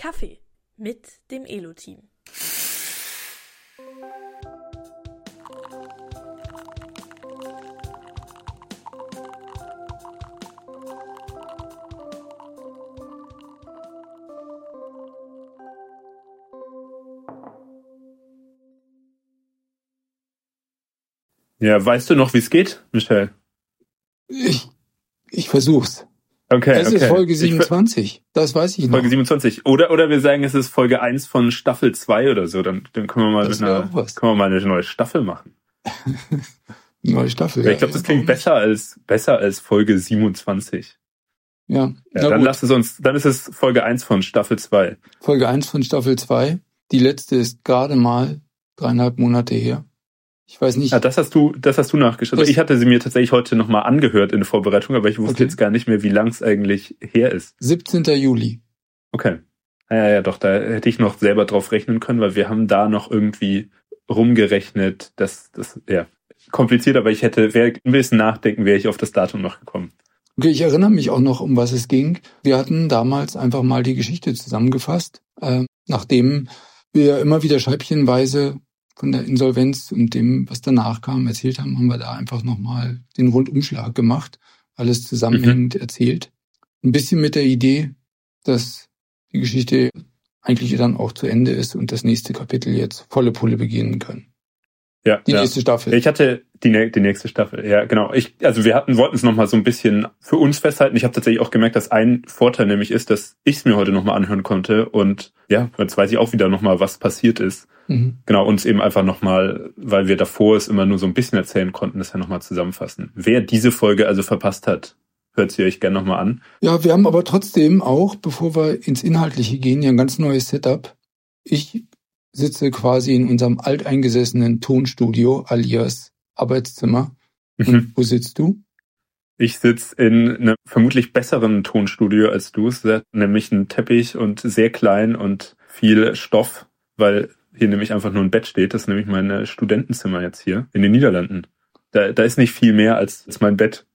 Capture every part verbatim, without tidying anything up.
Kaffee mit dem Elo-Team. Ja, weißt du noch, wie es geht, Michel? Ich, ich versuch's. Okay, es okay. ist Folge siebenundzwanzig, ich, das weiß ich noch. Folge siebenundzwanzig. Oder, oder wir sagen, es ist Folge eins von Staffel zwei oder so. Dann, dann können wir mal mit einer, können wir mal eine neue Staffel machen. Neue Staffel, ja. ja. Ich glaube, das klingt besser als, besser als Folge siebenundzwanzig. Ja. Ja, dann lass es uns, dann ist es Folge eins von Staffel zwei. Folge eins von Staffel zwei. Die letzte ist gerade mal dreieinhalb Monate her. Ich weiß nicht. Ja, das hast du, das hast du nachgeschaut. Ich hatte sie mir tatsächlich heute nochmal angehört in der Vorbereitung, aber ich wusste okay. jetzt gar nicht mehr, wie lang es eigentlich her ist. siebzehnten Juli. Okay. Ja, ja, ja, doch, da hätte ich noch selber drauf rechnen können, weil wir haben da noch irgendwie rumgerechnet. Das, das, ja, kompliziert, aber ich hätte, wäre ein bisschen nachdenken, wäre ich auf das Datum noch gekommen. Okay, ich erinnere mich auch noch, um was es ging. Wir hatten damals einfach mal die Geschichte zusammengefasst, äh, nachdem wir immer wieder scheibchenweise von der Insolvenz und dem, was danach kam, erzählt haben, haben wir da einfach nochmal den Rundumschlag gemacht, alles zusammenhängend mhm. erzählt. Ein bisschen mit der Idee, dass die Geschichte eigentlich dann auch zu Ende ist und das nächste Kapitel jetzt volle Pulle beginnen kann. Ja, die ja. nächste Staffel. Ich hatte die, die nächste Staffel, ja genau. Ich, also wir hatten, wollten es nochmal so ein bisschen für uns festhalten. Ich habe tatsächlich auch gemerkt, dass ein Vorteil nämlich ist, dass ich es mir heute nochmal anhören konnte und ja, jetzt weiß ich auch wieder nochmal, was passiert ist. Mhm. Genau, uns eben einfach nochmal, weil wir davor es immer nur so ein bisschen erzählen konnten, das ja nochmal zusammenfassen. Wer diese Folge also verpasst hat, hört sie euch gerne nochmal an. Ja, wir haben aber trotzdem auch, bevor wir ins Inhaltliche gehen, ja ein ganz neues Setup. Ich sitze quasi in unserem alteingesessenen Tonstudio alias Arbeitszimmer. Und mhm. wo sitzt du? Ich sitze in einem vermutlich besseren Tonstudio als du. Es hat nämlich einen Teppich und sehr klein und viel Stoff, weil hier nämlich einfach nur ein Bett steht. Das ist nämlich mein Studentenzimmer jetzt hier in den Niederlanden. Da, da ist nicht viel mehr als, als mein Bett.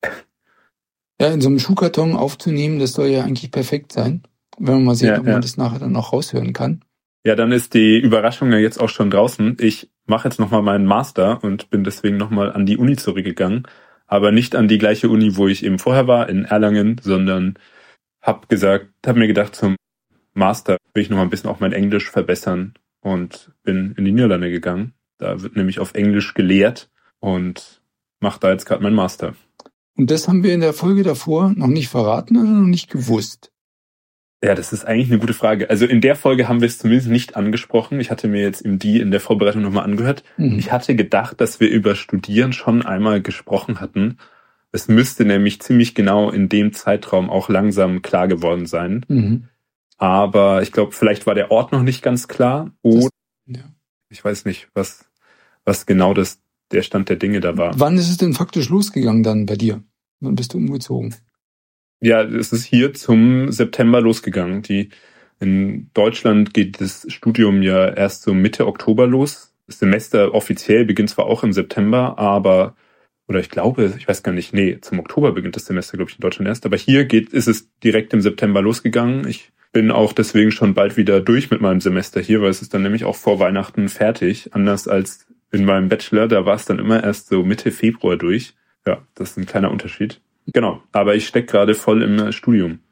Ja, in so einem Schuhkarton aufzunehmen, das soll ja eigentlich perfekt sein. Wenn man mal sieht, ja, ob ja. man das nachher dann auch raushören kann. Ja, dann ist die Überraschung ja jetzt auch schon draußen. Ich mache jetzt nochmal meinen Master und bin deswegen nochmal an die Uni zurückgegangen. Aber nicht an die gleiche Uni, wo ich eben vorher war, in Erlangen, sondern habe gesagt, habe mir gedacht, zum Master will ich nochmal ein bisschen auch mein Englisch verbessern und bin in die Niederlande gegangen. Da wird nämlich auf Englisch gelehrt und mache da jetzt gerade meinen Master. Und das haben wir in der Folge davor noch nicht verraten oder noch nicht gewusst? Ja, das ist eigentlich eine gute Frage. Also in der Folge haben wir es zumindest nicht angesprochen. Ich hatte mir jetzt eben die in der Vorbereitung nochmal angehört. Mhm. Ich hatte gedacht, dass wir über Studieren schon einmal gesprochen hatten. Es müsste nämlich ziemlich genau in dem Zeitraum auch langsam klar geworden sein. Mhm. Aber ich glaube, vielleicht war der Ort noch nicht ganz klar. Oder das, ja. Ich weiß nicht, was, was genau das, der Stand der Dinge da war. Wann ist es denn faktisch losgegangen dann bei dir? Wann bist du umgezogen? Ja, es ist hier zum September losgegangen. Die, in Deutschland geht das Studium ja erst so Mitte Oktober los. Das Semester offiziell beginnt zwar auch im September, aber, oder ich glaube, ich weiß gar nicht, nee, zum Oktober beginnt das Semester, glaube ich, in Deutschland erst. Aber hier geht, ist es direkt im September losgegangen. Ich bin auch deswegen schon bald wieder durch mit meinem Semester hier, weil es ist dann nämlich auch vor Weihnachten fertig. Anders als in meinem Bachelor, da war es dann immer erst so Mitte Februar durch. Ja, das ist ein kleiner Unterschied. Genau, aber ich stecke gerade voll im Studium.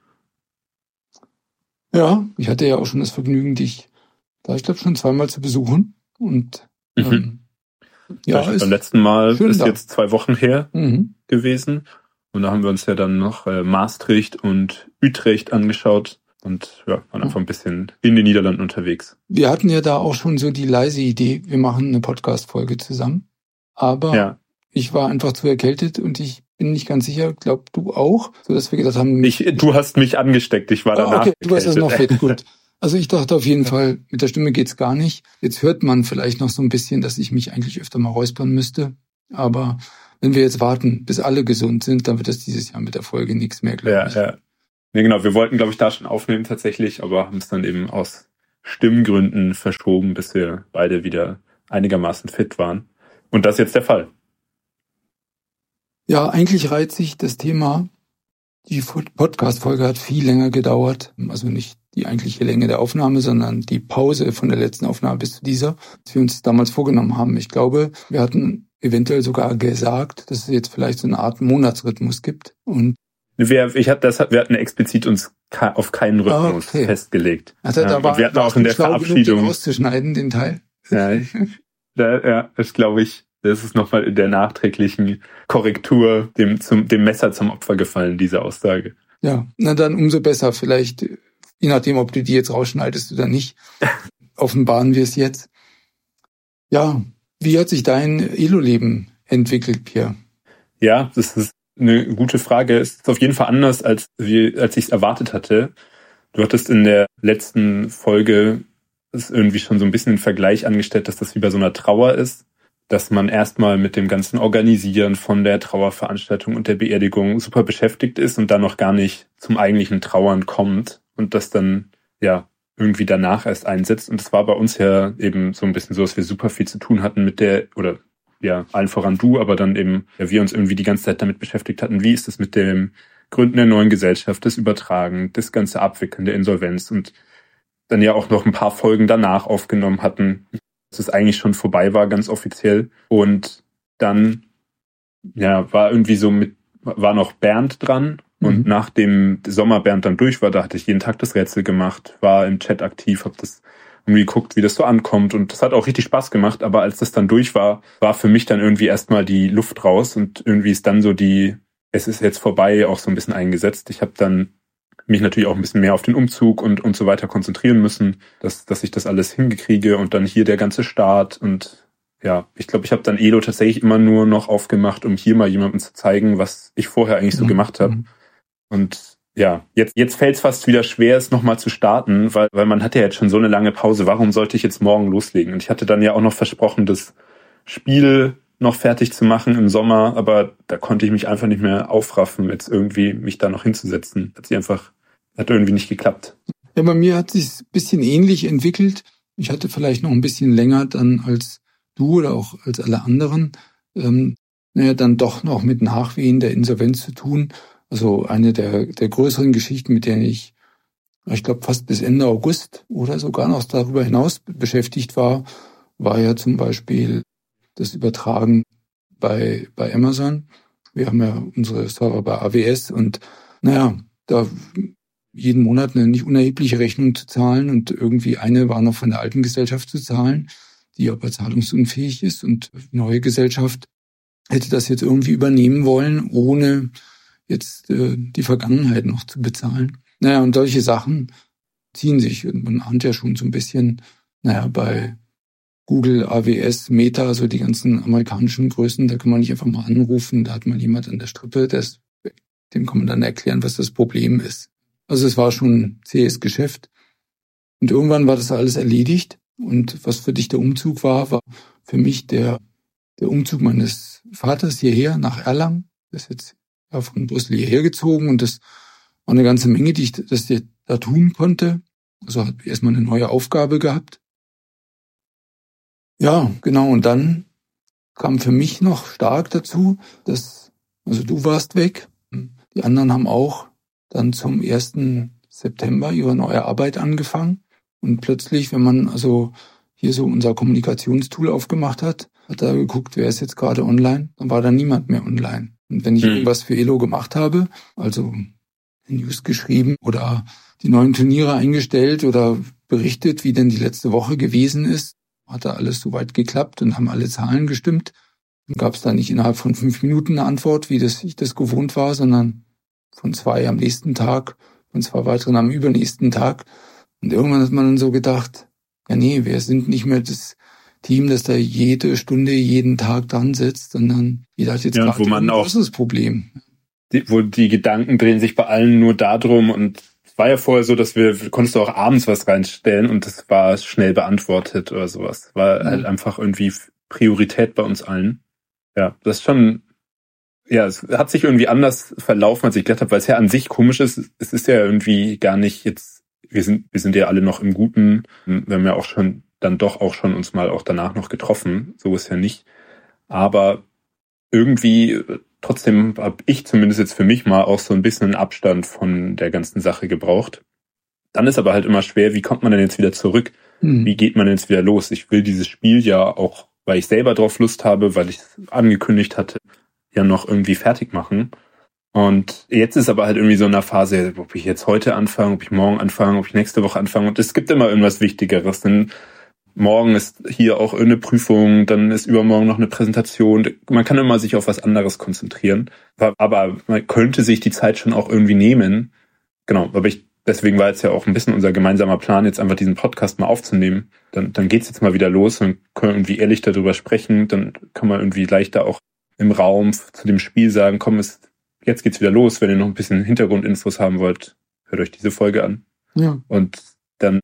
Ja, ich hatte ja auch schon das Vergnügen, dich da, ich glaube, schon zweimal zu besuchen. Und mhm. ähm, ja, ja ist beim letzten Mal ist da. Jetzt zwei Wochen her mhm. gewesen. Und da haben wir uns ja dann noch äh, Maastricht und Utrecht angeschaut und ja, waren einfach ein bisschen in den Niederlanden unterwegs. Wir hatten ja da auch schon so die leise Idee, wir machen eine Podcast-Folge zusammen. Aber ja. ich war einfach zu erkältet und ich bin nicht ganz sicher, glaub du auch, so dass wir gedacht haben... Ich, du hast mich angesteckt, ich war danach. Oh, okay, du hast das noch fit, gut. Also ich dachte auf jeden ja. Fall, mit der Stimme geht's gar nicht. Jetzt hört man vielleicht noch so ein bisschen, dass ich mich eigentlich öfter mal räuspern müsste. Aber wenn wir jetzt warten, bis alle gesund sind, dann wird das dieses Jahr mit der Folge nichts mehr, glaube ja, ich. Ja, nee, genau. Wir wollten, glaube ich, da schon aufnehmen tatsächlich, aber haben es dann eben aus Stimmgründen verschoben, bis wir beide wieder einigermaßen fit waren. Und das ist jetzt der Fall. Ja, eigentlich reiht sich das Thema, die Podcast-Folge hat viel länger gedauert, also nicht die eigentliche Länge der Aufnahme, sondern die Pause von der letzten Aufnahme bis zu dieser, als wir uns damals vorgenommen haben. Ich glaube, wir hatten eventuell sogar gesagt, dass es jetzt vielleicht so eine Art Monatsrhythmus gibt. Und wir, ich hatte das, wir hatten explizit uns auf keinen Rhythmus okay. festgelegt. Also da ja, war, wir hatten auch in der Verabschiedung genug, den rauszuschneiden, den Teil. Ja, ich, da, ja, das glaube ich. Das ist nochmal in der nachträglichen Korrektur dem, zum, dem Messer zum Opfer gefallen, diese Aussage. Ja, na dann umso besser. Vielleicht, je nachdem, ob du die jetzt rausschneidest oder nicht, offenbaren wir es jetzt. Ja, wie hat sich dein Elo-Leben entwickelt, Pierre? Ja, das ist eine gute Frage. Es ist auf jeden Fall anders, als, wie, als ich es erwartet hatte. Du hattest in der letzten Folge es irgendwie schon so ein bisschen einen Vergleich angestellt, dass das wie bei so einer Trauer ist. Dass man erstmal mit dem ganzen Organisieren von der Trauerveranstaltung und der Beerdigung super beschäftigt ist und dann noch gar nicht zum eigentlichen Trauern kommt und das dann ja irgendwie danach erst einsetzt. Und es war bei uns ja eben so ein bisschen so, dass wir super viel zu tun hatten mit der, oder ja, allen voran du, aber dann eben, ja, wir uns irgendwie die ganze Zeit damit beschäftigt hatten, wie ist es mit dem Gründen der neuen Gesellschaft, das Übertragen, das ganze Abwickeln der Insolvenz und dann ja auch noch ein paar Folgen danach aufgenommen hatten, dass es eigentlich schon vorbei war, ganz offiziell. Und dann, ja, war irgendwie so mit, war noch Bernd dran. Mhm. Und nachdem Sommer Bernd dann durch war, da hatte ich jeden Tag das Rätsel gemacht, war im Chat aktiv, hab das irgendwie geguckt, wie das so ankommt. Und das hat auch richtig Spaß gemacht. Aber als das dann durch war, war für mich dann irgendwie erstmal die Luft raus. Und irgendwie ist dann so die, es ist jetzt vorbei, auch so ein bisschen eingesetzt. Ich habe dann mich natürlich auch ein bisschen mehr auf den Umzug und und so weiter konzentrieren müssen, dass dass ich das alles hingekriege und dann hier der ganze Start und ja, ich glaube, ich habe dann Elo tatsächlich immer nur noch aufgemacht, um hier mal jemandem zu zeigen, was ich vorher eigentlich so mhm. gemacht habe. Und ja, jetzt jetzt fällt es fast wieder schwer, es nochmal zu starten, weil weil man hat ja jetzt schon so eine lange Pause. Warum sollte ich jetzt morgen loslegen? Und ich hatte dann ja auch noch versprochen, das Spiel noch fertig zu machen im Sommer, aber da konnte ich mich einfach nicht mehr aufraffen, jetzt irgendwie mich da noch hinzusetzen. Hat sich einfach, hat irgendwie nicht geklappt. Ja, bei mir hat sich ein bisschen ähnlich entwickelt. Ich hatte vielleicht noch ein bisschen länger dann als du oder auch als alle anderen, ähm, naja, dann doch noch mit Nachwehen der Insolvenz zu tun. Also eine der, der größeren Geschichten, mit denen ich, ich glaube, fast bis Ende August oder sogar noch darüber hinaus beschäftigt war, war ja zum Beispiel das Übertragen bei, bei Amazon. Wir haben ja unsere Server bei A W S und naja, da jeden Monat eine nicht unerhebliche Rechnung zu zahlen und irgendwie eine war noch von der alten Gesellschaft zu zahlen, die aber zahlungsunfähig ist und die neue Gesellschaft hätte das jetzt irgendwie übernehmen wollen, ohne jetzt äh, die Vergangenheit noch zu bezahlen. Naja, und solche Sachen ziehen sich und man ahnt ja schon so ein bisschen, naja, bei Google, A W S, Meta, so die ganzen amerikanischen Größen, da kann man nicht einfach mal anrufen, da hat man jemand an der Strippe, das, dem kann man dann erklären, was das Problem ist. Also es war schon ein zähes Geschäft. Und irgendwann war das alles erledigt. Und was für dich der Umzug war, war für mich der, der Umzug meines Vaters hierher nach Erlangen. Der ist jetzt ja von Brüssel hierher gezogen und das war eine ganze Menge, die ich das da tun konnte. Also habe ich erstmal eine neue Aufgabe gehabt. Ja, genau. Und dann kam für mich noch stark dazu, dass, also du warst weg. Die anderen haben auch dann zum ersten September ihre neue Arbeit angefangen. Und plötzlich, wenn man also hier so unser Kommunikationstool aufgemacht hat, hat da geguckt, wer ist jetzt gerade online, dann war da niemand mehr online. Und wenn ich mhm. irgendwas für Elo gemacht habe, also News geschrieben oder die neuen Turniere eingestellt oder berichtet, wie denn die letzte Woche gewesen ist, hat da alles soweit geklappt und haben alle Zahlen gestimmt. Dann gab es da nicht innerhalb von fünf Minuten eine Antwort, wie das ich das gewohnt war, sondern von zwei am nächsten Tag, von zwei weiteren am übernächsten Tag. Und irgendwann hat man dann so gedacht, ja nee, wir sind nicht mehr das Team, das da jede Stunde, jeden Tag dran sitzt, sondern jeder hat jetzt ja, gerade ein auch großes Problem. Die, wo die Gedanken drehen sich bei allen nur darum und es war ja vorher so, dass wir, konntest du auch abends was reinstellen und das war schnell beantwortet oder sowas. War ja. halt einfach irgendwie Priorität bei uns allen. Ja, das ist schon, ja, es hat sich irgendwie anders verlaufen, als ich gedacht habe, weil es ja an sich komisch ist. Es ist ja irgendwie gar nicht jetzt, wir sind, wir sind ja alle noch im Guten. Wir haben ja auch schon, dann doch auch schon uns mal auch danach noch getroffen. So ist ja nicht. Aber irgendwie trotzdem habe ich zumindest jetzt für mich mal auch so ein bisschen einen Abstand von der ganzen Sache gebraucht. dann ist aber halt immer schwer, wie kommt man denn jetzt wieder zurück? Mhm. Wie geht man denn jetzt wieder los? Ich will dieses Spiel ja auch, weil ich selber drauf Lust habe, weil ich es angekündigt hatte, ja noch irgendwie fertig machen. Und jetzt ist aber halt irgendwie so in einer Phase, ob ich jetzt heute anfange, ob ich morgen anfange, ob ich nächste Woche anfange. Und es gibt immer irgendwas Wichtigeres. Denn morgen ist hier auch eine Prüfung, dann ist übermorgen noch eine Präsentation. Man kann immer sich auf was anderes konzentrieren. Aber man könnte sich die Zeit schon auch irgendwie nehmen. Genau, aber ich, deswegen war jetzt ja auch ein bisschen unser gemeinsamer Plan, jetzt einfach diesen Podcast mal aufzunehmen. Dann, dann geht's jetzt mal wieder los. Dann können wir irgendwie ehrlich darüber sprechen. Dann kann man irgendwie leichter auch im Raum zu dem Spiel sagen, komm, es jetzt geht's wieder los. Wenn ihr noch ein bisschen Hintergrundinfos haben wollt, hört euch diese Folge an. Ja. Und dann,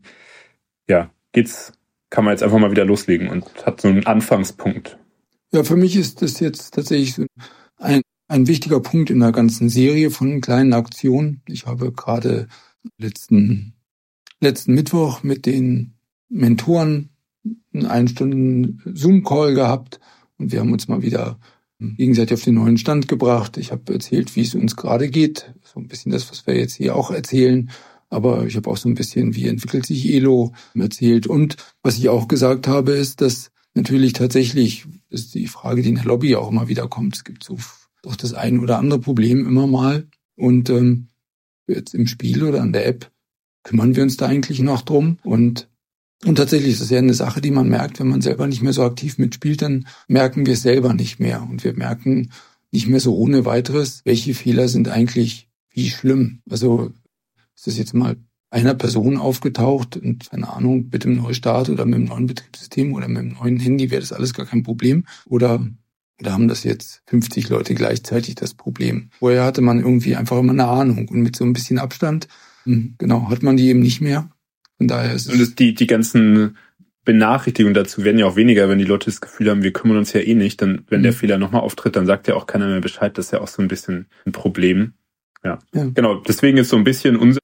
ja, geht's, kann man jetzt einfach mal wieder loslegen und hat so einen Anfangspunkt. Ja, für mich ist das jetzt tatsächlich so ein, ein wichtiger Punkt in der ganzen Serie von kleinen Aktionen. Ich habe gerade letzten, letzten Mittwoch mit den Mentoren einen einen Stunden Zoom-Call gehabt und wir haben uns mal wieder gegenseitig auf den neuen Stand gebracht. Ich habe erzählt, wie es uns gerade geht. So ein bisschen das, was wir jetzt hier auch erzählen. Aber ich habe auch so ein bisschen, wie entwickelt sich Elo, erzählt. Und was ich auch gesagt habe, ist, dass natürlich tatsächlich, das ist die Frage, die in der Lobby auch immer wieder kommt. Es gibt so doch das ein oder andere Problem immer mal. Und ähm, jetzt im Spiel oder an der App kümmern wir uns da eigentlich noch drum. Und Und tatsächlich ist es ja eine Sache, die man merkt, wenn man selber nicht mehr so aktiv mitspielt, dann merken wir es selber nicht mehr. Und wir merken nicht mehr so ohne weiteres, welche Fehler sind eigentlich wie schlimm. Also ist das jetzt mal einer Person aufgetaucht und keine Ahnung, mit dem Neustart oder mit dem neuen Betriebssystem oder mit dem neuen Handy wäre das alles gar kein Problem. Oder, oder haben das jetzt fünfzig Leute gleichzeitig das Problem. Vorher hatte man irgendwie einfach immer eine Ahnung und mit so ein bisschen Abstand, genau, hat man die eben nicht mehr. Von daher ist es und die, die ganzen Benachrichtigungen dazu werden ja auch weniger, wenn die Leute das Gefühl haben, wir kümmern uns ja eh nicht. Dann, wenn mhm. der Fehler nochmal auftritt, dann sagt ja auch keiner mehr Bescheid. Das ist ja auch so ein bisschen ein Problem. Ja, ja. Genau. Deswegen ist so ein bisschen unser,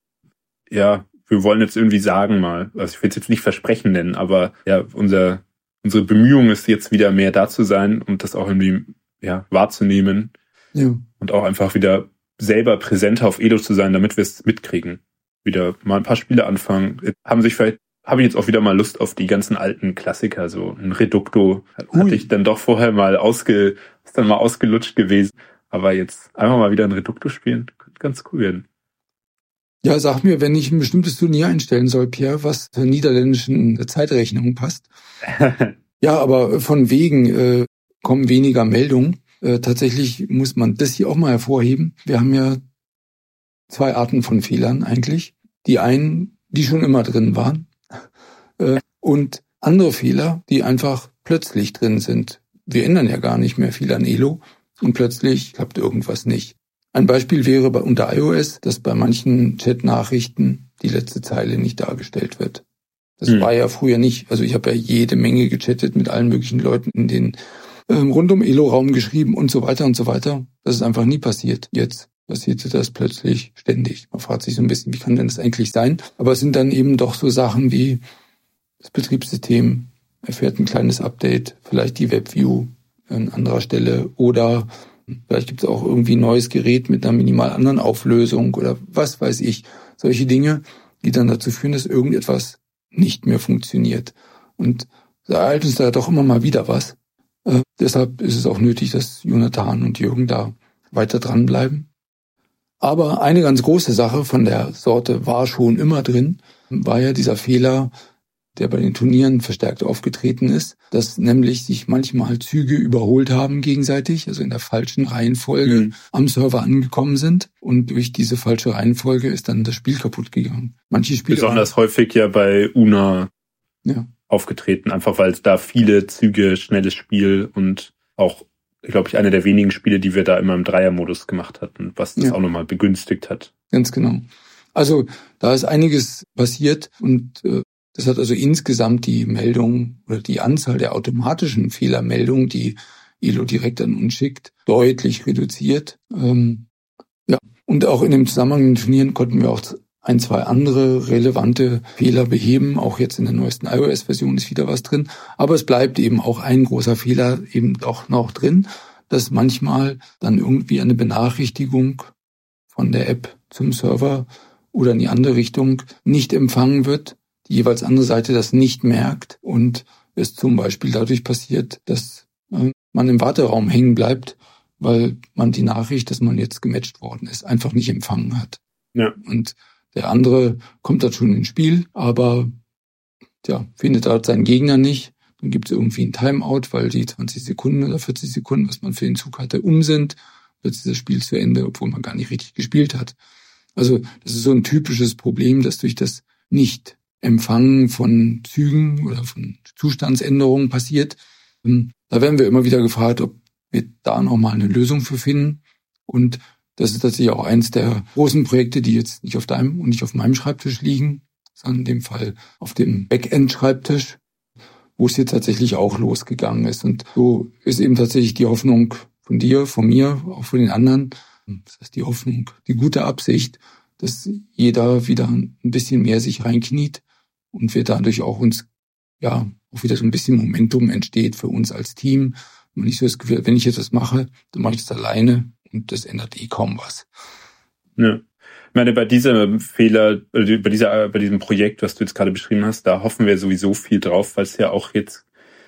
ja, wir wollen jetzt irgendwie sagen mal, also ich will es jetzt nicht Versprechen nennen, aber ja, unser, unsere Bemühung ist jetzt wieder mehr da zu sein und das auch irgendwie, ja, wahrzunehmen. Ja. Und auch einfach wieder selber präsenter auf Elo zu sein, damit wir es mitkriegen. Wieder mal ein paar Spiele anfangen. Jetzt haben sich vielleicht, habe ich jetzt auch wieder mal Lust auf die ganzen alten Klassiker, so ein Reducto Ui. hatte ich dann doch vorher mal ausge, ist dann mal ausgelutscht gewesen. Aber jetzt einfach mal wieder ein Reducto spielen, könnte ganz cool werden. Ja, sag mir, wenn ich ein bestimmtes Turnier einstellen soll, Pierre, was zur niederländischen Zeitrechnung passt. Ja, aber von wegen äh, kommen weniger Meldungen. Äh, tatsächlich muss man das hier auch mal hervorheben. Wir haben ja zwei Arten von Fehlern eigentlich. Die einen, die schon immer drin waren. Äh, und andere Fehler, die einfach plötzlich drin sind. Wir ändern ja gar nicht mehr viel an Elo und plötzlich klappt irgendwas nicht. Ein Beispiel wäre bei unter iOS, dass bei manchen Chat-Nachrichten die letzte Zeile nicht dargestellt wird. Das hm. war ja früher nicht. Also ich habe ja jede Menge gechattet mit allen möglichen Leuten in den ähm, rund um Elo-Raum geschrieben und so weiter und so weiter. Das ist einfach nie passiert. Jetzt passierte das plötzlich ständig. Man fragt sich so ein bisschen, wie kann denn das eigentlich sein? Aber es sind dann eben doch so Sachen wie das Betriebssystem erfährt ein kleines Update, vielleicht die WebView an anderer Stelle oder vielleicht gibt es auch irgendwie ein neues Gerät mit einer minimal anderen Auflösung oder was weiß ich. Solche Dinge, die dann dazu führen, dass irgendetwas nicht mehr funktioniert. Und da ereilt uns da doch immer mal wieder was. Äh, deshalb ist es auch nötig, dass Jonathan und Jürgen da weiter dranbleiben. Aber eine ganz große Sache von der Sorte war schon immer drin, war ja dieser Fehler, der bei den Turnieren verstärkt aufgetreten ist, dass nämlich sich manchmal Züge überholt haben gegenseitig, also in der falschen Reihenfolge mhm. am Server angekommen sind. Und durch diese falsche Reihenfolge ist dann das Spiel kaputt gegangen. Manche Spiele besonders waren, häufig ja bei Una ja. aufgetreten, einfach weil es da viele Züge, schnelles Spiel und auch, glaube ich, eine der wenigen Spiele, die wir da immer im Dreiermodus gemacht hatten, was das ja. auch nochmal begünstigt hat. Ganz genau. Also da ist einiges passiert und äh, das hat also insgesamt die Meldung oder die Anzahl der automatischen Fehlermeldungen, die Elo direkt an uns schickt, deutlich reduziert. Ähm, ja, und auch in dem Zusammenhang mit den Turnieren konnten wir auch ein, zwei andere relevante Fehler beheben. Auch jetzt in der neuesten iOS-Version ist wieder was drin. Aber es bleibt eben auch ein großer Fehler eben doch noch drin, dass manchmal dann irgendwie eine Benachrichtigung von der App zum Server oder in die andere Richtung nicht empfangen wird, die jeweils andere Seite das nicht merkt und es zum Beispiel dadurch passiert, dass äh, man im Warteraum hängen bleibt, weil man die Nachricht, dass man jetzt gematcht worden ist, einfach nicht empfangen hat. Ja. Und der andere kommt dann schon ins Spiel, aber ja, findet dort seinen Gegner nicht. Dann gibt es irgendwie ein Timeout, weil die zwanzig Sekunden oder vierzig Sekunden, was man für den Zug hatte, um sind. Plötzlich ist das Spiel zu Ende, obwohl man gar nicht richtig gespielt hat. Also das ist so ein typisches Problem, dass durch das Nicht-Empfangen von Zügen oder von Zustandsänderungen passiert. Da werden wir immer wieder gefragt, ob wir da nochmal eine Lösung für finden. Und das ist tatsächlich auch eins der großen Projekte, die jetzt nicht auf deinem und nicht auf meinem Schreibtisch liegen, sondern in dem Fall auf dem Backend-Schreibtisch, wo es hier tatsächlich auch losgegangen ist. Und so ist eben tatsächlich die Hoffnung von dir, von mir, auch von den anderen, das heißt die Hoffnung, die gute Absicht, dass jeder wieder ein bisschen mehr sich reinkniet und wir dadurch auch uns, ja, auch wieder so ein bisschen Momentum entsteht für uns als Team. Und nicht so das Gefühl, wenn ich jetzt das mache, dann mache ich das alleine und das ändert eh kaum was. Ja. Ich meine, bei diesem Fehler, bei dieser, bei diesem Projekt, was du jetzt gerade beschrieben hast, da hoffen wir sowieso viel drauf, weil es ja auch jetzt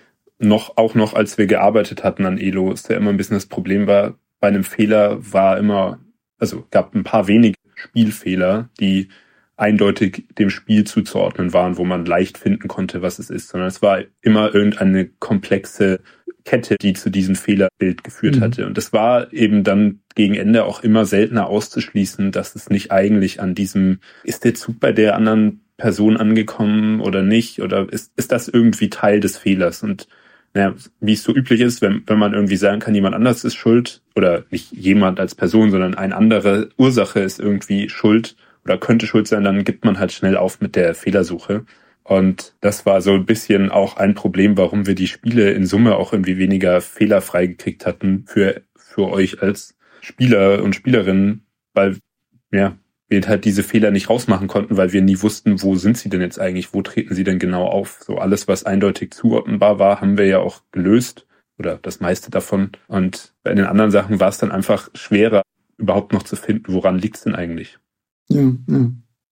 noch, auch noch als wir gearbeitet hatten an Elo, ist ja immer ein bisschen das Problem war, bei einem Fehler war immer, also gab ein paar wenige Spielfehler, die eindeutig dem Spiel zuzuordnen waren, wo man leicht finden konnte, was es ist, sondern es war immer irgendeine komplexe Kette, die zu diesem Fehlerbild geführt mhm. hatte. Und das war eben dann gegen Ende auch immer seltener auszuschließen, dass es nicht eigentlich an diesem, ist der Zug bei der anderen Person angekommen oder nicht, oder ist, ist das irgendwie Teil des Fehlers? Und naja, wie es so üblich ist, wenn, wenn man irgendwie sagen kann, jemand anders ist schuld, oder nicht jemand als Person, sondern eine andere Ursache ist irgendwie schuld oder könnte schuld sein, dann gibt man halt schnell auf mit der Fehlersuche. Und das war so ein bisschen auch ein Problem, warum wir die Spiele in Summe auch irgendwie weniger fehlerfrei gekriegt hatten für, für euch als Spieler und Spielerinnen, weil, ja, wir halt diese Fehler nicht rausmachen konnten, weil wir nie wussten, wo sind sie denn jetzt eigentlich, wo treten sie denn genau auf. So alles, was eindeutig zuordnenbar war, haben wir ja auch gelöst oder das meiste davon. Und bei den anderen Sachen war es dann einfach schwerer, überhaupt noch zu finden, woran liegt es denn eigentlich. Ja, ja.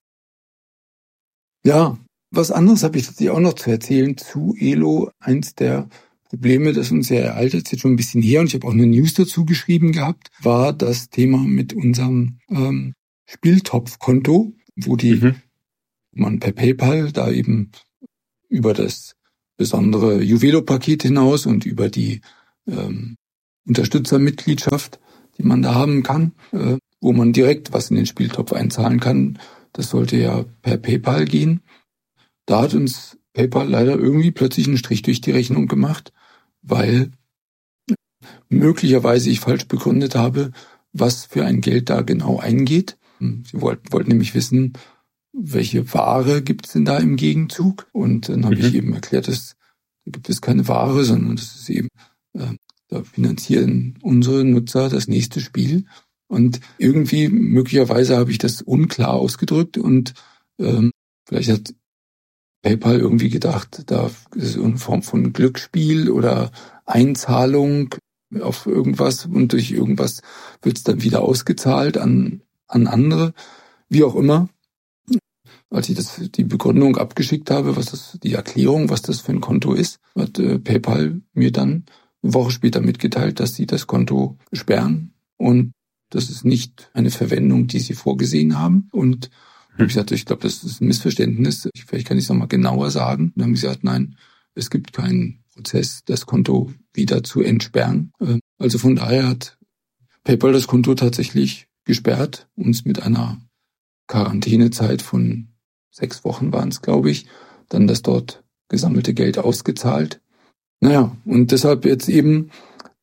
Ja, was anderes habe ich tatsächlich auch noch zu erzählen zu Elo. Eins der Probleme, das uns ja ereilt, ist jetzt schon ein bisschen her und ich habe auch eine News dazu geschrieben gehabt, war das Thema mit unserem ähm, Spieltopfkonto, wo die mhm. man per PayPal da eben über das besondere Juvelo-Paket hinaus und über die ähm, Unterstützermitgliedschaft, die man da haben kann, äh, wo man direkt was in den Spieltopf einzahlen kann. Das sollte ja per PayPal gehen. Da hat uns PayPal leider irgendwie plötzlich einen Strich durch die Rechnung gemacht, weil möglicherweise ich falsch begründet habe, was für ein Geld da genau eingeht. Sie wollten, wollten nämlich wissen, welche Ware gibt es denn da im Gegenzug? Und dann habe mhm. ich eben erklärt, dass da gibt es keine Ware, sondern das ist eben, äh, da finanzieren unsere Nutzer das nächste Spiel. Und irgendwie, möglicherweise habe ich das unklar ausgedrückt und ähm, vielleicht hat PayPal irgendwie gedacht, da ist eine Form von Glücksspiel oder Einzahlung auf irgendwas und durch irgendwas wird es dann wieder ausgezahlt an an andere, wie auch immer. Als ich das die Begründung abgeschickt habe, was das die Erklärung, was das für ein Konto ist, hat äh, PayPal mir dann eine Woche später mitgeteilt, dass sie das Konto sperren und das ist nicht eine Verwendung, die sie vorgesehen haben. Und ich habe gesagt, ich glaube, das ist ein Missverständnis. Vielleicht kann ich es nochmal genauer sagen. Und dann haben sie gesagt, nein, es gibt keinen Prozess, das Konto wieder zu entsperren. Also von daher hat PayPal das Konto tatsächlich gesperrt, uns mit einer Quarantänezeit von sechs Wochen waren es, glaube ich, dann das dort gesammelte Geld ausgezahlt. Naja, und deshalb jetzt eben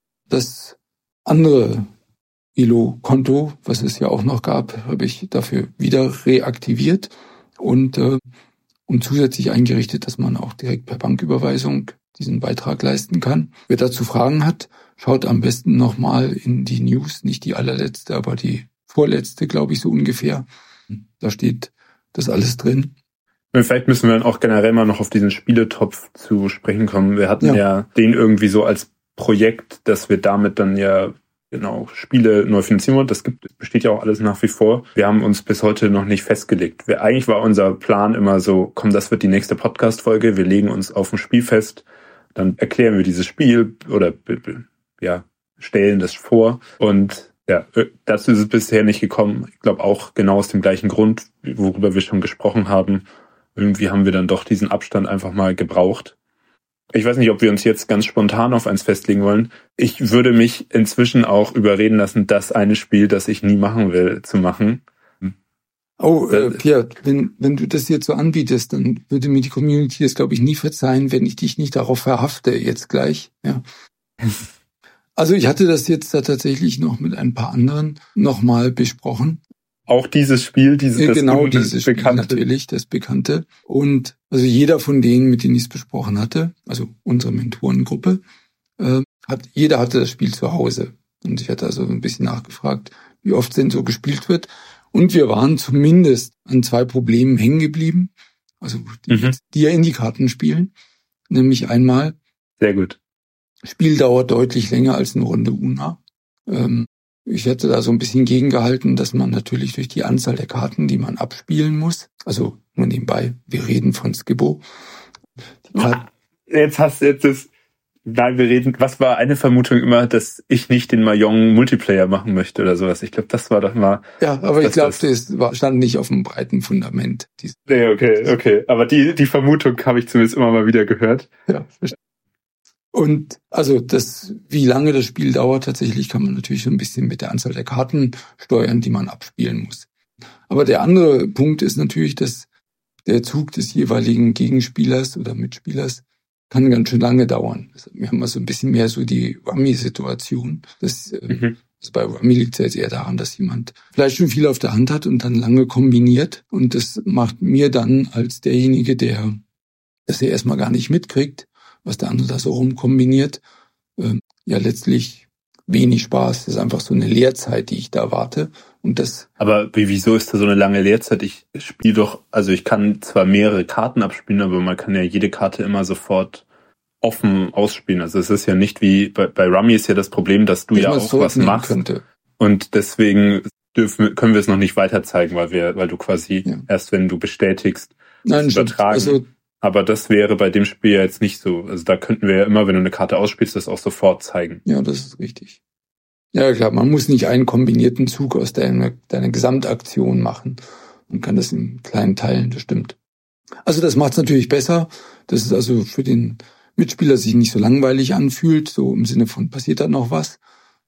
das andere Elo-Konto, was es ja auch noch gab, habe ich dafür wieder reaktiviert und, äh, und zusätzlich eingerichtet, dass man auch direkt per Banküberweisung diesen Beitrag leisten kann. Wer dazu Fragen hat, schaut am besten nochmal in die News, nicht die allerletzte, aber die vorletzte, glaube ich, so ungefähr. Da steht das alles drin. Vielleicht müssen wir dann auch generell mal noch auf diesen Spieletopf zu sprechen kommen. Wir hatten ja, ja den irgendwie so als Projekt, dass wir damit dann ja genau Spiele neu finanzieren wollen. Das gibt, besteht ja auch alles nach wie vor. Wir haben uns bis heute noch nicht festgelegt. Wir, eigentlich war unser Plan immer so, komm, das wird die nächste Podcast-Folge. Wir legen uns auf ein Spiel fest, dann erklären wir dieses Spiel oder ja stellen das vor. Und ja, dazu ist es bisher nicht gekommen. Ich glaube auch genau aus dem gleichen Grund, worüber wir schon gesprochen haben. Irgendwie haben wir dann doch diesen Abstand einfach mal gebraucht. Ich weiß nicht, ob wir uns jetzt ganz spontan auf eins festlegen wollen. Ich würde mich inzwischen auch überreden lassen, das eine Spiel, das ich nie machen will, zu machen. Oh, äh, Pierre, wenn, wenn du das jetzt so anbietest, dann würde mir die Community das, glaube ich, nie verzeihen, wenn ich dich nicht darauf verhafte, jetzt gleich. Ja. Also ich hatte das jetzt da tatsächlich noch mit ein paar anderen nochmal besprochen. Auch dieses Spiel, dieses ja, genau das dieses Spiel Bekannte. Natürlich, das Bekannte. Und also jeder von denen, mit denen ich es besprochen hatte, also unsere Mentorengruppe, äh, hat jeder hatte das Spiel zu Hause. Und ich hatte also ein bisschen nachgefragt, wie oft denn so gespielt wird. Und wir waren zumindest an zwei Problemen hängen geblieben, also die, mhm. die ja in die Karten spielen. Nämlich einmal, sehr gut. Spiel dauert deutlich länger als eine Runde Una. Ähm, Ich hätte da so ein bisschen gegengehalten, dass man natürlich durch die Anzahl der Karten, die man abspielen muss, also nur nebenbei, wir reden von Skibbo. Jetzt hast du jetzt das, nein, wir reden, was war eine Vermutung immer, dass ich nicht den Mahjong Multiplayer machen möchte oder sowas. Ich glaube, das war doch mal. Ja, aber ich glaube, das war, stand nicht auf einem breiten Fundament. Nee, okay, okay. Aber die, die Vermutung habe ich zumindest immer mal wieder gehört. Ja, verstehe. Und also das, wie lange das Spiel dauert, tatsächlich kann man natürlich so ein bisschen mit der Anzahl der Karten steuern, die man abspielen muss. Aber der andere Punkt ist natürlich, dass der Zug des jeweiligen Gegenspielers oder Mitspielers kann ganz schön lange dauern. Wir haben also ein bisschen mehr so die Rummy-Situation. Das, mhm. also bei Rummy liegt es jetzt eher daran, dass jemand vielleicht schon viel auf der Hand hat und dann lange kombiniert. Und das macht mir dann als derjenige, der das ja erstmal gar nicht mitkriegt, was der andere da so rumkombiniert, äh, ja letztlich wenig Spaß. Das ist einfach so eine Lehrzeit, die ich da warte. Und das. Aber wie, wieso ist da so eine lange Lehrzeit? Ich spiele doch, also ich kann zwar mehrere Karten abspielen, aber man kann ja jede Karte immer sofort offen ausspielen. Also es ist ja nicht wie, bei, bei Rummy ist ja das Problem, dass du ja auch was machst. Könnte. Und deswegen dürfen, können wir es noch nicht weiter zeigen, weil wir, weil du quasi ja. erst wenn du bestätigst, Nein, übertragen. Also, aber das wäre bei dem Spiel ja jetzt nicht so. Also da könnten wir ja immer, wenn du eine Karte ausspielst, das auch sofort zeigen. Ja, das ist richtig. Ja, klar, man muss nicht einen kombinierten Zug aus deiner, deiner Gesamtaktion machen. Man kann das in kleinen Teilen, das stimmt. Also das macht es natürlich besser. Das ist also für den Mitspieler sich nicht so langweilig anfühlt, so im Sinne von, passiert da noch was?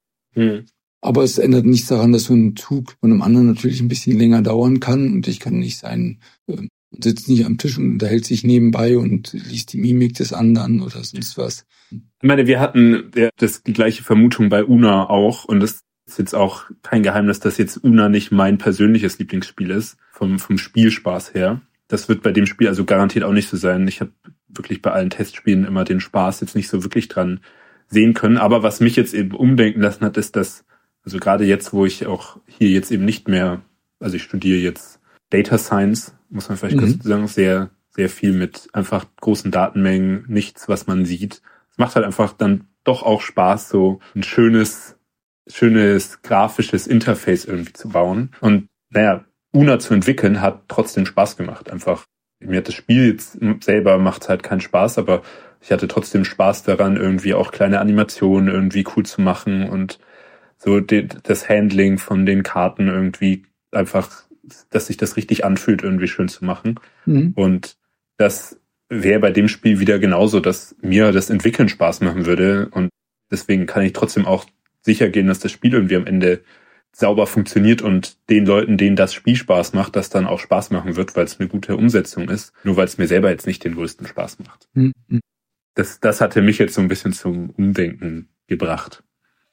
Hm. Aber es ändert nichts daran, dass so ein Zug von einem anderen natürlich ein bisschen länger dauern kann und ich kann nicht sein, äh, sitzt nicht am Tisch und unterhält sich nebenbei und liest die Mimik des anderen oder sonst was. Ich meine, wir hatten das, die gleiche Vermutung bei Una auch und das ist jetzt auch kein Geheimnis, dass jetzt Una nicht mein persönliches Lieblingsspiel ist, vom, vom Spielspaß her. Das wird bei dem Spiel also garantiert auch nicht so sein. Ich habe wirklich bei allen Testspielen immer den Spaß jetzt nicht so wirklich dran sehen können. Aber was mich jetzt eben umdenken lassen hat, ist, dass, also gerade jetzt, wo ich auch hier jetzt eben nicht mehr, also ich studiere jetzt Data Science, muss man vielleicht mhm. kurz sagen, sehr, sehr viel mit einfach großen Datenmengen, nichts, was man sieht. Es macht halt einfach dann doch auch Spaß, so ein schönes, schönes grafisches Interface irgendwie zu bauen. Und naja, Una zu entwickeln hat trotzdem Spaß gemacht. Einfach, mir hat das Spiel jetzt selber macht halt keinen Spaß, aber ich hatte trotzdem Spaß daran, irgendwie auch kleine Animationen irgendwie cool zu machen und so die, das Handling von den Karten irgendwie einfach, dass sich das richtig anfühlt, irgendwie schön zu machen. Mhm. Und das wäre bei dem Spiel wieder genauso, dass mir das Entwickeln Spaß machen würde. Und deswegen kann ich trotzdem auch sicher gehen, dass das Spiel irgendwie am Ende sauber funktioniert und den Leuten, denen das Spiel Spaß macht, das dann auch Spaß machen wird, weil es eine gute Umsetzung ist. Nur weil es mir selber jetzt nicht den größten Spaß macht. Mhm. Das, das hatte mich jetzt so ein bisschen zum Umdenken gebracht.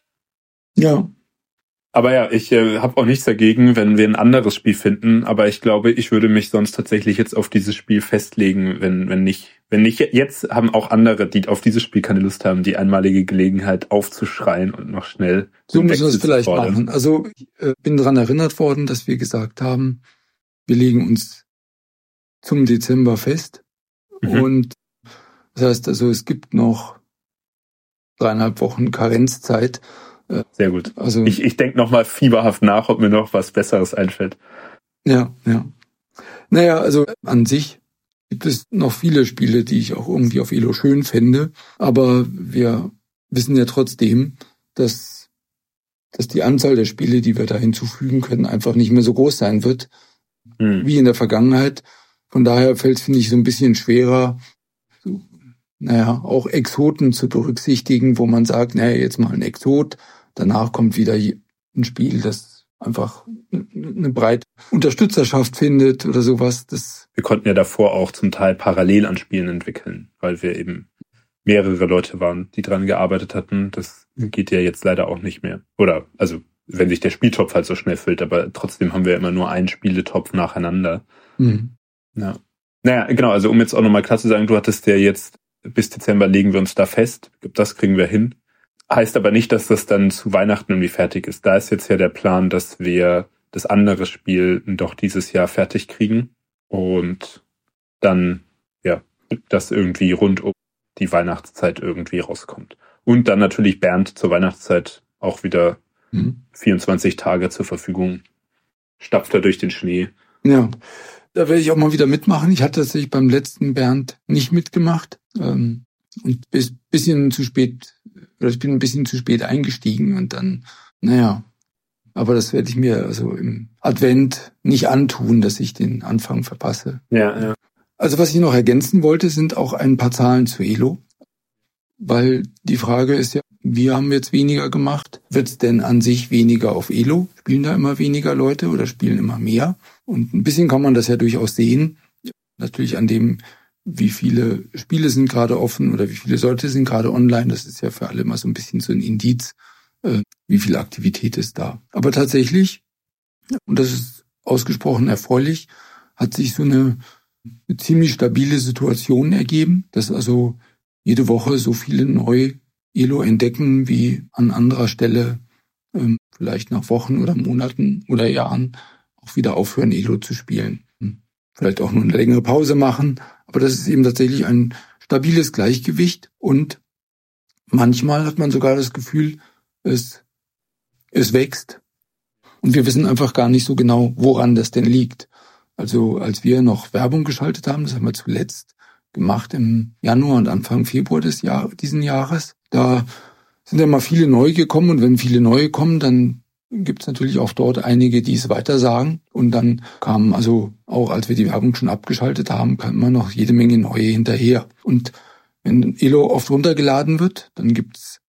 Ja. Aber ja, ich äh, habe auch nichts dagegen, wenn wir ein anderes Spiel finden. Aber ich glaube, ich würde mich sonst tatsächlich jetzt auf dieses Spiel festlegen, wenn wenn nicht. Wenn nicht jetzt haben auch andere, die auf dieses Spiel keine Lust haben, die einmalige Gelegenheit aufzuschreien und noch schnell. So müssen wir es vielleicht machen. Also ich äh, bin daran erinnert worden, dass wir gesagt haben, wir legen uns zum Dezember fest. Mhm. Und das heißt also, es gibt noch dreieinhalb Wochen Karenzzeit. Sehr gut. Also ich ich denke nochmal fieberhaft nach, ob mir noch was Besseres einfällt. Ja, ja. Naja, also an sich gibt es noch viele Spiele, die ich auch irgendwie auf Elo schön fände, aber wir wissen ja trotzdem, dass, dass die Anzahl der Spiele, die wir da hinzufügen können, einfach nicht mehr so groß sein wird, hm. wie in der Vergangenheit. Von daher fällt es, finde ich, so ein bisschen schwerer, so, naja, auch Exoten zu berücksichtigen, wo man sagt, naja, jetzt mal ein Exot, danach kommt wieder ein Spiel, das einfach eine breite Unterstützerschaft findet oder sowas. Das wir konnten ja davor auch zum Teil parallel an Spielen entwickeln, weil wir eben mehrere Leute waren, die dran gearbeitet hatten. Das geht ja jetzt leider auch nicht mehr. Oder, also, wenn sich der Spieltopf halt so schnell füllt, aber trotzdem haben wir immer nur einen Spieletopf nacheinander. Mhm. Ja. Naja, genau, also um jetzt auch nochmal klar zu sagen, du hattest ja jetzt bis Dezember legen wir uns da fest. Das kriegen wir hin. Heißt aber nicht, dass das dann zu Weihnachten irgendwie fertig ist. Da ist jetzt ja der Plan, dass wir das andere Spiel doch dieses Jahr fertig kriegen und dann, ja, das irgendwie rund um die Weihnachtszeit irgendwie rauskommt. Und dann natürlich Bernd zur Weihnachtszeit auch wieder mhm. vierundzwanzig Tage zur Verfügung. Stapft er durch den Schnee. Ja, da werde ich auch mal wieder mitmachen. Ich hatte tatsächlich beim letzten Bernd nicht mitgemacht ähm, und bis bisschen zu spät oder ich bin ein bisschen zu spät eingestiegen und dann, naja, aber das werde ich mir also im Advent nicht antun, dass ich den Anfang verpasse. Ja, ja. Also was ich noch ergänzen wollte, sind auch ein paar Zahlen zu Elo, weil die Frage ist ja, wir haben jetzt weniger gemacht. Wird es denn an sich weniger auf Elo? Spielen da immer weniger Leute oder spielen immer mehr? Und ein bisschen kann man das ja durchaus sehen. Natürlich an dem, wie viele Spiele sind gerade offen oder wie viele Leute sind gerade online. Das ist ja für alle immer so ein bisschen so ein Indiz, äh, wie viel Aktivität ist da. Aber tatsächlich, und das ist ausgesprochen erfreulich, hat sich so eine, eine ziemlich stabile Situation ergeben, dass also jede Woche so viele neu Elo entdecken wie an anderer Stelle ähm, vielleicht nach Wochen oder Monaten oder Jahren auch wieder aufhören, Elo zu spielen. Vielleicht auch nur eine längere Pause machen. Aber das ist eben tatsächlich ein stabiles Gleichgewicht und manchmal hat man sogar das Gefühl, es, es wächst. Und wir wissen einfach gar nicht so genau, woran das denn liegt. Also als wir noch Werbung geschaltet haben, das haben wir zuletzt gemacht im Januar und Anfang Februar des Jahr, diesen Jahres, da sind ja mal viele neu gekommen und wenn viele neue kommen, dann gibt es natürlich auch dort einige, die es weitersagen. Und dann kamen also, auch als wir die Werbung schon abgeschaltet haben, kam immer noch jede Menge neue hinterher. Und wenn Elo oft runtergeladen wird, dann gibt's,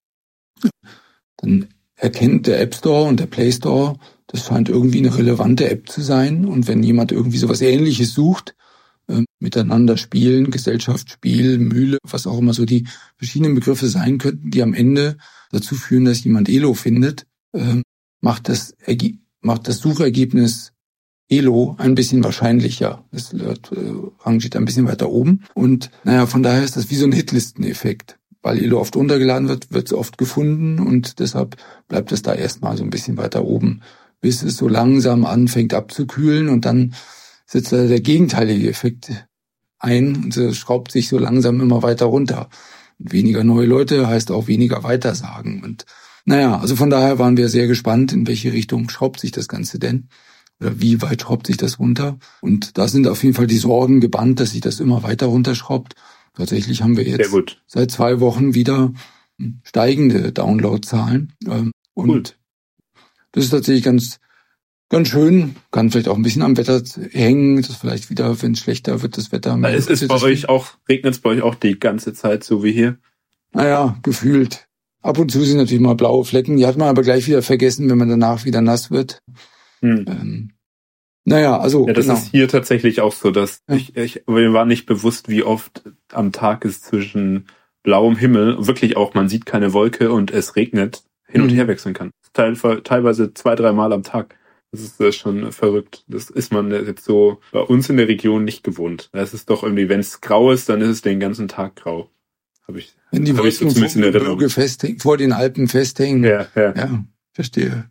dann erkennt der App Store und der Play Store, das scheint irgendwie eine relevante App zu sein. Und wenn jemand irgendwie sowas Ähnliches sucht, äh, miteinander spielen, Gesellschaftsspiel, Mühle, was auch immer so die verschiedenen Begriffe sein könnten, die am Ende dazu führen, dass jemand Elo findet, äh, macht das, macht das Suchergebnis Elo ein bisschen wahrscheinlicher. Es äh, rangiert ein bisschen weiter oben. Und naja, von daher ist das wie so ein Hitlisteneffekt. Weil Elo oft runtergeladen wird, wird es oft gefunden und deshalb bleibt es da erstmal so ein bisschen weiter oben, bis es so langsam anfängt abzukühlen und dann setzt da der gegenteilige Effekt ein und es schraubt sich so langsam immer weiter runter. Und weniger neue Leute heißt auch weniger Weitersagen und naja, also von daher waren wir sehr gespannt, in welche Richtung schraubt sich das Ganze denn? Oder wie weit schraubt sich das runter? Und da sind auf jeden Fall die Sorgen gebannt, dass sich das immer weiter runterschraubt. Tatsächlich haben wir jetzt seit zwei Wochen wieder steigende Downloadzahlen. Und cool. Das ist tatsächlich ganz, ganz schön. Kann vielleicht auch ein bisschen am Wetter hängen, dass vielleicht wieder, wenn es schlechter wird, das Wetter mehr. Es ist bei euch auch, regnet es bei euch auch die ganze Zeit so wie hier? Naja, gefühlt. Ab und zu sind natürlich mal blaue Flecken, die hat man aber gleich wieder vergessen, wenn man danach wieder nass wird. Hm. Ähm, naja, also ja, das genau. ist hier tatsächlich auch so, dass ja. ich, ich, mir war nicht bewusst, wie oft am Tag es zwischen blauem Himmel, wirklich auch, man sieht keine Wolke und es regnet, hin und mhm. her wechseln kann. Teil, teilweise zwei, drei Mal am Tag. Das ist äh, schon verrückt. Das ist man jetzt so bei uns in der Region nicht gewohnt. Das ist doch irgendwie, wenn es grau ist, dann ist es den ganzen Tag grau. Hab ich, Wenn die Wolken so vor, Gebirge festhängen, vor den Alpen festhängen. Ja, ja. Ja, verstehe.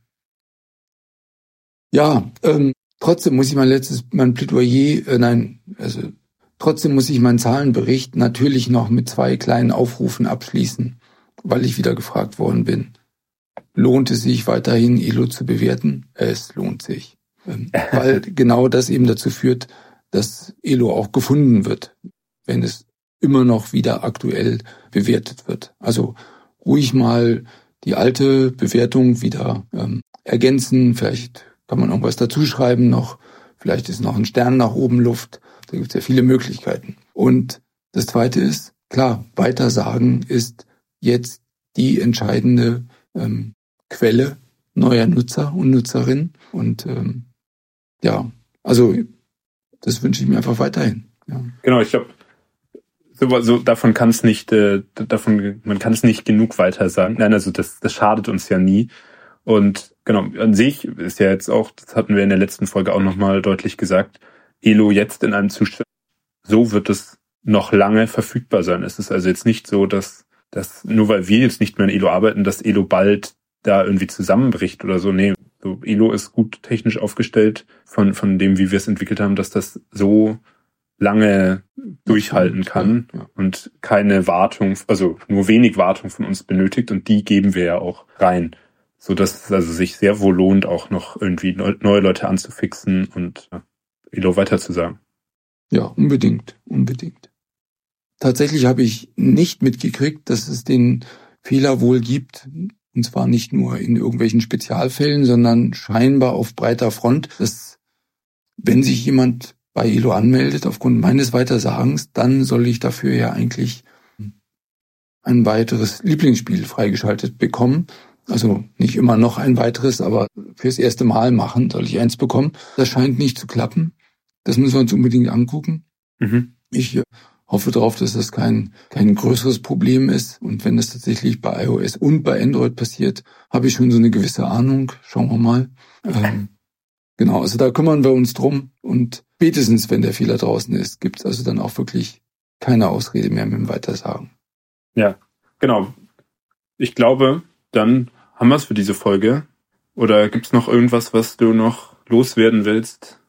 Ja, ähm, trotzdem muss ich mein letztes, mein Plädoyer, äh, nein, also trotzdem muss ich meinen Zahlenbericht natürlich noch mit zwei kleinen Aufrufen abschließen, weil ich wieder gefragt worden bin. lohnt es sich weiterhin, Elo zu bewerten? Es lohnt sich. Ähm, weil genau das eben dazu führt, dass Elo auch gefunden wird, wenn es immer noch wieder aktuell bewertet wird. Also ruhig mal die alte Bewertung wieder ähm, ergänzen. Vielleicht kann man irgendwas dazu schreiben noch. Vielleicht ist noch ein Stern nach oben Luft. Da gibt es ja viele Möglichkeiten. Und das Zweite ist, klar, Weitersagen ist jetzt die entscheidende ähm, Quelle neuer Nutzer und Nutzerinnen. Und ähm, ja, also das wünsche ich mir einfach weiterhin. Ja. Genau, ich glaube, so, so davon kann es nicht, äh, davon man kann es nicht genug weiter sagen. Nein, also das, das schadet uns ja nie. Und genau, an sich ist ja jetzt auch, das hatten wir in der letzten Folge auch nochmal deutlich gesagt, Elo jetzt in einem Zustand, so wird es noch lange verfügbar sein. Es ist also jetzt nicht so, dass, dass nur weil wir jetzt nicht mehr in Elo arbeiten, dass Elo bald da irgendwie zusammenbricht oder so. Nee, so Elo ist gut technisch aufgestellt von, von dem, wie wir es entwickelt haben, dass das so lange durchhalten kann ja, ja. und keine Wartung, also nur wenig Wartung von uns benötigt und die geben wir ja auch rein, so dass es also sich sehr wohl lohnt, auch noch irgendwie neue Leute anzufixen und ja, Elo weiterzusagen. Ja, unbedingt, unbedingt. Tatsächlich habe ich nicht mitgekriegt, dass es den Fehler wohl gibt, und zwar nicht nur in irgendwelchen Spezialfällen, sondern scheinbar auf breiter Front, dass wenn sich jemand bei Elo anmeldet aufgrund meines Weitersagens, dann soll ich dafür ja eigentlich ein weiteres Lieblingsspiel freigeschaltet bekommen. Also nicht immer noch ein weiteres, aber fürs erste Mal machen soll ich eins bekommen. Das scheint nicht zu klappen. Das müssen wir uns unbedingt angucken. Mhm. Ich hoffe darauf, dass das kein kein größeres Problem ist. Und wenn das tatsächlich bei iOS und bei Android passiert, habe ich schon so eine gewisse Ahnung. Schauen wir mal. Ähm, genau, also da kümmern wir uns drum. Und spätestens, wenn der Fehler draußen ist, gibt es also dann auch wirklich keine Ausrede mehr mit dem Weitersagen. Ja, genau. Ich glaube, dann haben wir es für diese Folge. Oder gibt es noch irgendwas, was du noch loswerden willst?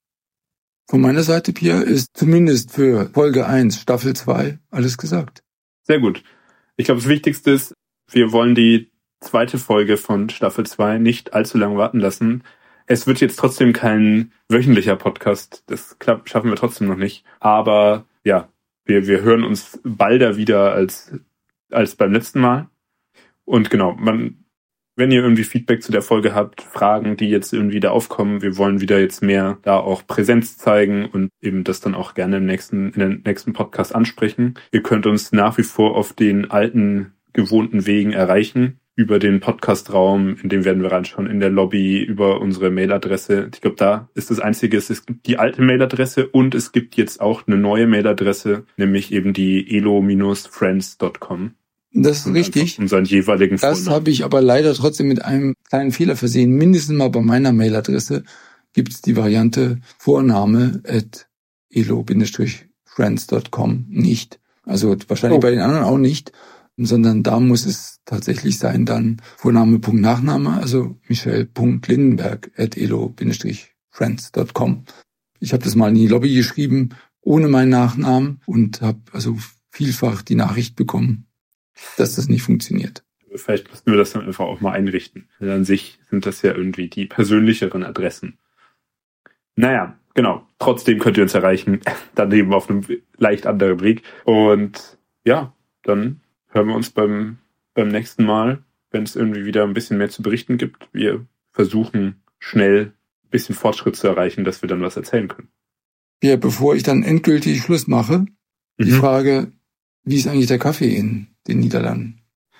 Von meiner Seite, Pia, ist zumindest für Folge eins, Staffel zwei, alles gesagt. Sehr gut. Ich glaube, das Wichtigste ist, wir wollen die zweite Folge von Staffel zwei nicht allzu lange warten lassen. Es wird jetzt trotzdem kein wöchentlicher Podcast. Das klappt, schaffen wir trotzdem noch nicht. Aber ja, wir, wir hören uns balder wieder als, als beim letzten Mal. Und genau, man, wenn ihr irgendwie Feedback zu der Folge habt, Fragen, die jetzt irgendwie da aufkommen, wir wollen wieder jetzt mehr da auch Präsenz zeigen und eben das dann auch gerne im nächsten, in den nächsten Podcast ansprechen. Ihr könnt uns nach wie vor auf den alten, gewohnten Wegen erreichen, über den Podcastraum, in dem werden wir reinschauen, in der Lobby, über unsere Mailadresse. Ich glaube, da ist das Einzige, es gibt die alte Mailadresse und es gibt jetzt auch eine neue Mailadresse, nämlich eben die elo Bindestrich friends Punkt com. Das ist richtig. Unseren jeweiligen Das habe ich aber leider trotzdem mit einem kleinen Fehler versehen. Mindestens mal bei meiner Mailadresse gibt es die Variante Vorname at elo Bindestrich friends Punkt com nicht. Also wahrscheinlich oh. bei den anderen auch nicht, sondern da muss es tatsächlich sein dann Vorname Punkt Nachname, also michel Punkt lindenberg at elo Bindestrich friends Punkt com. Ich habe das mal in die Lobby geschrieben, ohne meinen Nachnamen und habe also vielfach die Nachricht bekommen, dass das nicht funktioniert. Vielleicht müssen wir das dann einfach auch mal einrichten. Denn an sich sind das ja irgendwie die persönlicheren Adressen. Naja, genau. Trotzdem könnt ihr uns erreichen. Dann eben auf einem leicht anderen Weg. Und ja, dann hören wir uns beim, beim nächsten Mal, wenn es irgendwie wieder ein bisschen mehr zu berichten gibt. Wir versuchen schnell ein bisschen Fortschritt zu erreichen, dass wir dann was erzählen können. Ja, bevor ich dann endgültig Schluss mache, mhm. die Frage, wie ist eigentlich der Kaffee in den Niederlanden?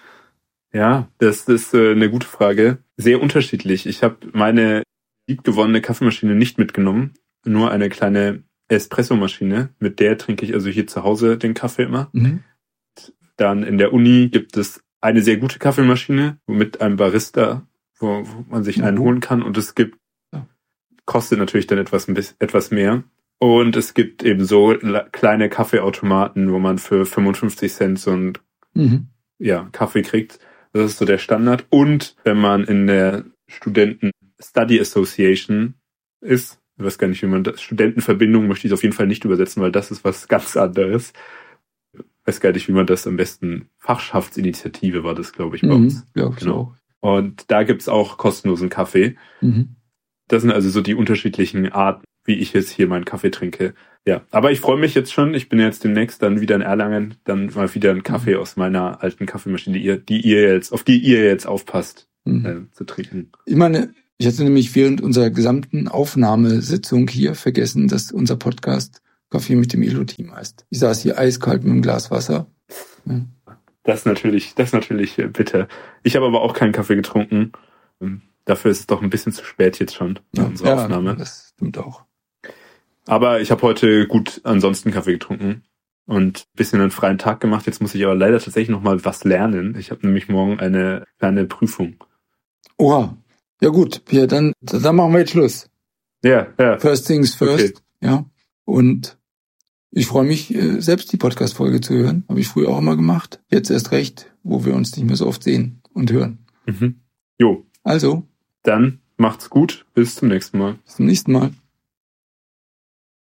Ja, das ist äh, eine gute Frage. Sehr unterschiedlich. Ich habe meine liebgewonnene Kaffeemaschine nicht mitgenommen, nur eine kleine Espressomaschine. Mit der trinke ich also hier zu Hause den Kaffee immer. Mhm. Dann in der Uni gibt es eine sehr gute Kaffeemaschine mit einem Barista, wo, wo man sich einen mhm. holen kann. Und es gibt, kostet natürlich dann etwas, ein bisschen, etwas mehr. Und es gibt eben so kleine Kaffeeautomaten, wo man für fünfundfünfzig Cent so einen mhm. ja, Kaffee kriegt. Das ist so der Standard. Und wenn man in der Studenten Study Association ist, ich weiß gar nicht, wie man das, Studentenverbindung möchte ich auf jeden Fall nicht übersetzen, weil das ist was ganz anderes. Ich weiß gar nicht, wie man das am besten, Fachschaftsinitiative war das, glaube ich, bei mhm, uns. Ja, genau. Und da gibt's auch kostenlosen Kaffee. Mhm. Das sind also so die unterschiedlichen Arten, wie ich jetzt hier meinen Kaffee trinke. Ja, aber ich freue mich jetzt schon. Ich bin jetzt demnächst dann wieder in Erlangen, dann mal wieder einen Kaffee aus meiner alten Kaffeemaschine, die ihr, die ihr jetzt, auf die ihr jetzt aufpasst, Mhm. äh, zu trinken. Ich meine, ich hatte nämlich während unserer gesamten Aufnahmesitzung hier vergessen, dass unser Podcast Kaffee mit dem Elo-Team heißt. Ich saß hier eiskalt mit einem Glas Wasser. Ja. Das ist natürlich, das ist natürlich äh, bitter. Ich habe aber auch keinen Kaffee getrunken. Ähm, Dafür ist es doch ein bisschen zu spät jetzt schon, Ja, unsere ja, Aufnahme. das stimmt auch. Aber ich habe heute gut ansonsten Kaffee getrunken und ein bisschen einen freien Tag gemacht. Jetzt muss ich aber leider tatsächlich noch mal was lernen. Ich habe nämlich morgen eine kleine Prüfung. Oha. Ja gut, Pierre, dann, dann machen wir jetzt Schluss. Ja, ja. First things first. Okay. Ja. Und ich freue mich, äh, selbst die Podcast-Folge zu hören. Habe ich früher auch immer gemacht. Jetzt erst recht, wo wir uns nicht mehr so oft sehen und hören. Mhm. Jo, Also, dann macht's gut. Bis zum nächsten Mal. bis zum nächsten Mal.